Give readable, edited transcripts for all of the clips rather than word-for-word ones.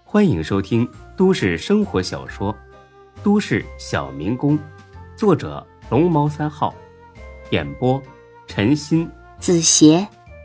欢迎收听都市生活小说《都市小民工》，作者龙猫3号，演播陈鑫、 子邪。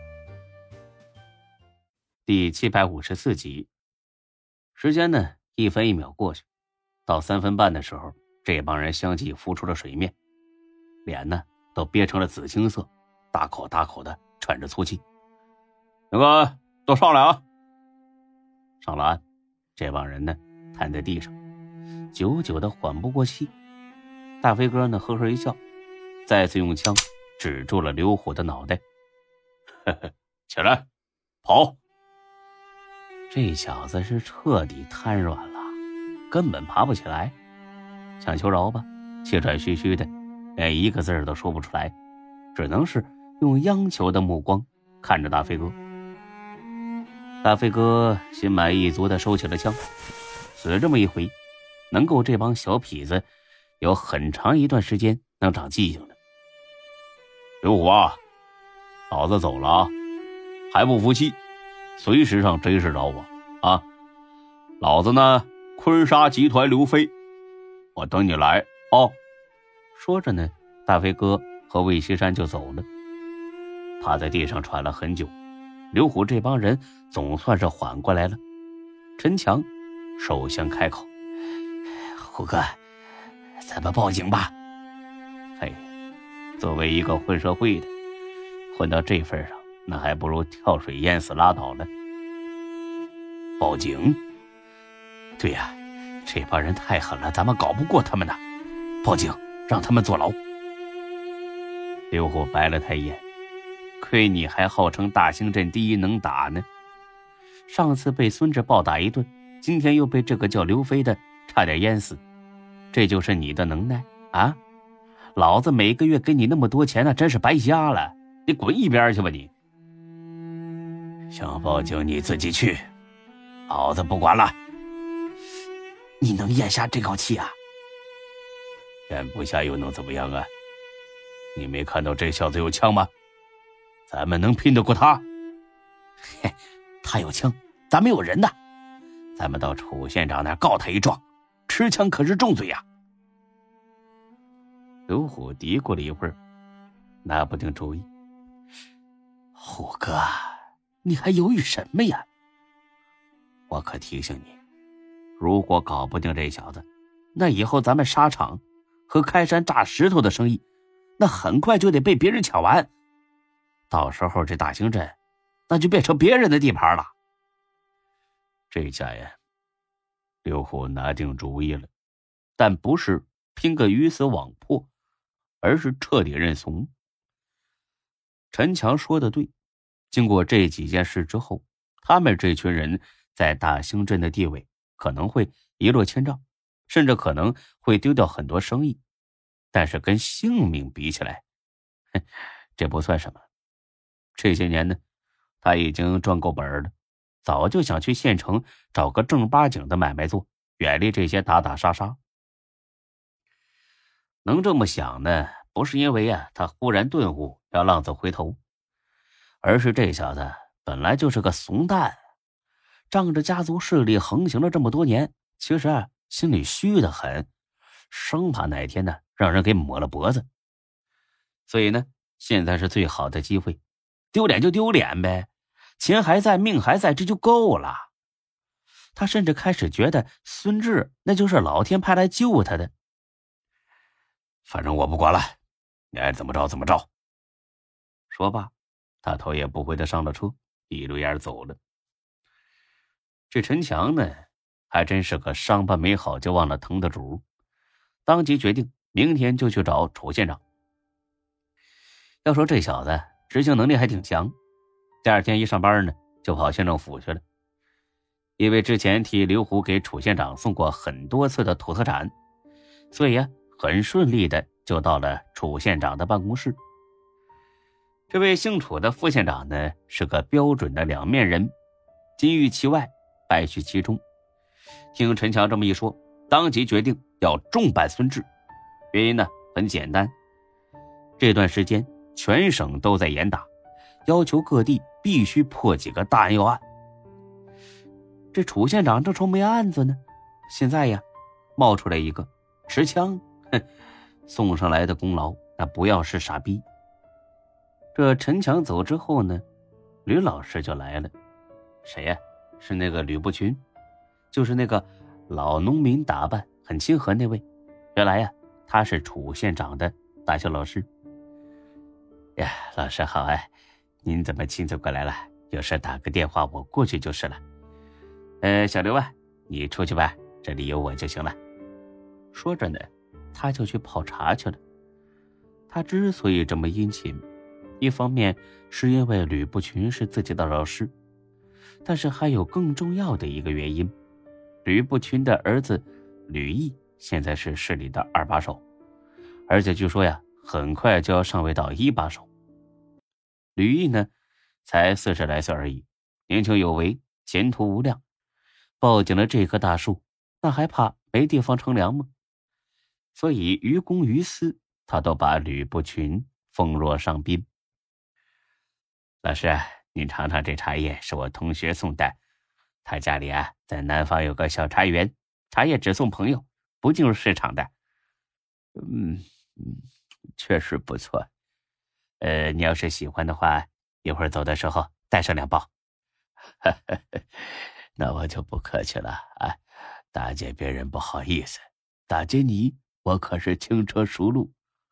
第754集。时间呢一分一秒过去，到3分半的时候，这帮人相继浮出了水面，脸呢都憋成了紫青色，大口大口的喘着粗气。那个都上来啊！上了岸，这帮人呢瘫在地上，久久的缓不过气。大飞哥呢呵呵一笑，再次用枪指住了刘虎的脑袋。呵呵，起来，跑！这小子是彻底瘫软了，根本爬不起来，想求饶吧，气喘吁吁的，连一个字都说不出来，只能是用央求的目光看着大飞哥。大飞哥心满意足地收起了枪，死这么一回，能够这帮小痞子有很长一段时间能长记性的。刘虎啊，老子走了啊，还不服气，随时上贼市找我啊！老子呢，坤沙集团刘飞，我等你来哦。说着呢，大飞哥和魏西山就走了。趴在地上喘了很久，刘虎这帮人总算是缓过来了。陈强首先开口：“虎哥，咱们报警吧。”嘿，作为一个混社会的，混到这份上，那还不如跳水淹死拉倒了。报警？对呀，这帮人太狠了，咱们搞不过他们的。报警，让他们坐牢。刘虎白了他一眼，亏你还号称大兴镇第一能打呢，上次被孙志暴打一顿，今天又被这个叫刘飞的差点淹死，这就是你的能耐啊？老子每个月给你那么多钱，那真是白瞎了，你滚一边去吧你！想报警你自己去，老子不管了。你能咽下这口气啊？咽不下又能怎么样啊？你没看到这小子有枪吗？咱们能拼得过他？嘿，他有枪，咱们有人呐，咱们到楚县长那告他一状，持枪可是重罪呀。刘虎嘀咕了一会儿，拿不定主意。虎哥，你还犹豫什么呀？我可提醒你，如果搞不定这小子，那以后咱们沙场和开山炸石头的生意，那很快就得被别人抢完，到时候这大兴镇那就变成别人的地盘了。这下呀，刘虎拿定主意了，但不是拼个鱼死网破，而是彻底认怂。陈强说的对，经过这几件事之后，他们这群人在大兴镇的地位可能会一落千丈，甚至可能会丢掉很多生意，但是跟性命比起来，这不算什么。这些年呢，他已经赚够本了，早就想去县城找个正八经的买卖做，远离这些打打杀杀。能这么想呢，不是因为他忽然顿悟要浪子回头，而是这小子本来就是个怂蛋，仗着家族势力横行了这么多年，其实心里虚得很，生怕哪天呢让人给抹了脖子。所以呢，现在是最好的机会，丢脸就丢脸呗，钱还在命还在，这就够了。他甚至开始觉得孙志那就是老天派来救他的。反正我不管了，你爱怎么着怎么着。说罢，他头也不回的上了车，一溜烟走了。这陈强呢，还真是个伤疤没好就忘了疼的主，当即决定明天就去找楚县长。要说这小子执行能力还挺强，第二天一上班呢，就跑县政府去了。因为之前替刘虎给楚县长送过很多次的土特产，所以很顺利的就到了楚县长的办公室。这位姓楚的副县长呢，是个标准的两面人，金玉其外，败絮其中。听陈强这么一说，当即决定要重办孙志。原因呢很简单，这段时间全省都在严打，要求各地必须破几个大案要案。 这楚县长正愁没案子呢，现在呀冒出来一个持枪，送上来的功劳那不要是傻逼。这陈强走之后呢，吕老师就来了。谁呀？是那个吕不群，就是那个老农民打扮很亲和那位。原来呀他是楚县长的大学老师。呀，老师好啊，您怎么亲自过来了？有事打个电话我过去就是了。小刘啊，你出去吧，这里有我就行了。说着呢，他就去泡茶去了。他之所以这么殷勤，一方面是因为吕不群是自己的老师，但是还有更重要的一个原因，吕不群的儿子吕毅现在是市里的2把手，而且据说呀很快就要上位到1把手。吕毅呢才40来岁而已，年轻有为，前途无量，抱紧了这棵大树，那还怕没地方乘凉吗？所以于公于私，他都把吕不群奉若上宾。老师，您尝尝这茶叶，是我同学送的，他家里啊在南方有个小茶园，茶叶只送朋友，不进入市场的。确实不错。你要是喜欢的话，一会儿走的时候带上2包。那我就不客气了啊，打劫别人不好意思，打劫你我可是轻车熟路。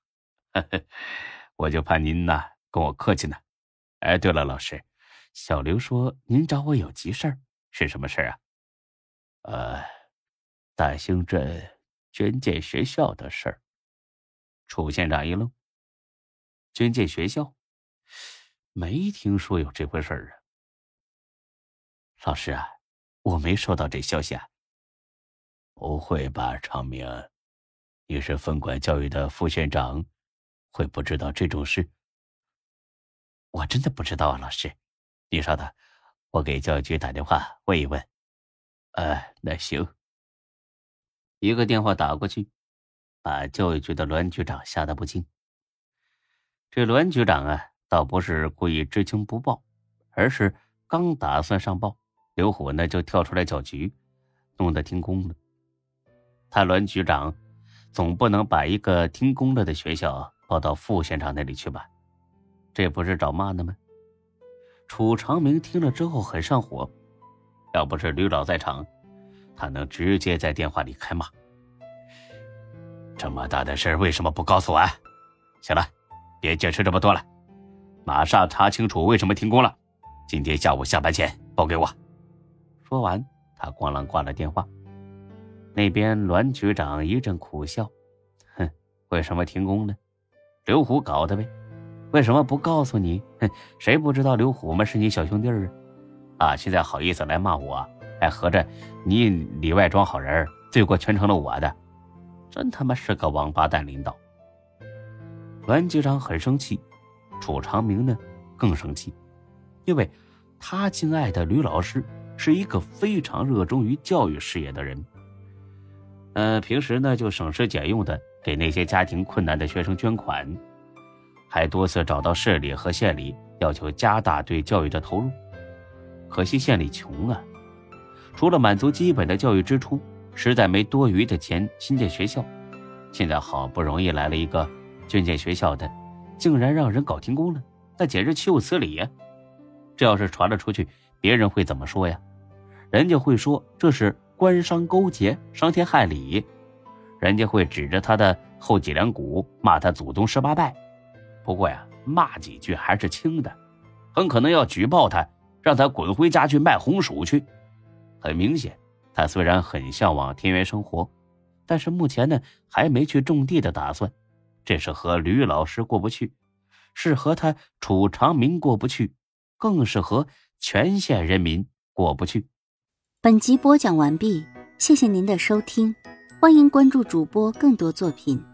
我就怕您呢跟我客气呢。对了，老师，小刘说您找我有急事儿，是什么事儿啊？大兴镇捐建学校的事儿。楚县长一愣，捐建学校？没听说有这回事儿啊。老师啊，我没收到这消息啊。不会吧，长明，你是分管教育的副县长，会不知道这种事？我真的不知道啊，老师，你稍等，我给教育局打电话问一问。那行。一个电话打过去，把教育局的栾局长吓得不轻。这栾局长啊，倒不是故意知情不报，而是刚打算上报，刘虎呢就跳出来搅局，弄得停工了。他栾局长总不能把一个停工了的学校报到副县长那里去吧？这不是找骂呢吗？楚长明听了之后很上火，要不是吕老在场，他能直接在电话里开骂。这么大的事为什么不告诉我啊？行了，别解释这么多了，马上查清楚为什么停工了，今天下午下班前报给我。说完，他咣啷挂了电话。那边栾局长一阵苦笑，为什么停工呢？刘虎搞的呗。为什么不告诉你？谁不知道刘虎们是你小兄弟啊？现在好意思来骂我，还合着你里外装好人，罪过全成了我的，真他妈是个王八蛋领导。栾局长很生气，楚长明呢更生气，因为他敬爱的吕老师是一个非常热衷于教育事业的人。平时呢就省吃俭用的给那些家庭困难的学生捐款，还多次找到市里和县里要求加大对教育的投入。可惜县里穷啊，除了满足基本的教育支出，实在没多余的钱新建学校。现在好不容易来了一个捐建学校的，竟然让人搞停工了，那简直岂有此理呀！这要是传了出去，别人会怎么说呀？人家会说这是官商勾结，伤天害理，人家会指着他的后脊梁骨骂他祖宗18代。不过呀，骂几句还是轻的，很可能要举报他，让他滚回家去卖红薯去。很明显，他虽然很向往田园生活，但是目前呢还没去种地的打算。这是和吕老师过不去，是和他楚长明过不去，更是和全县人民过不去。 本集播讲完毕，谢谢您的收听，欢迎关注主播更多作品。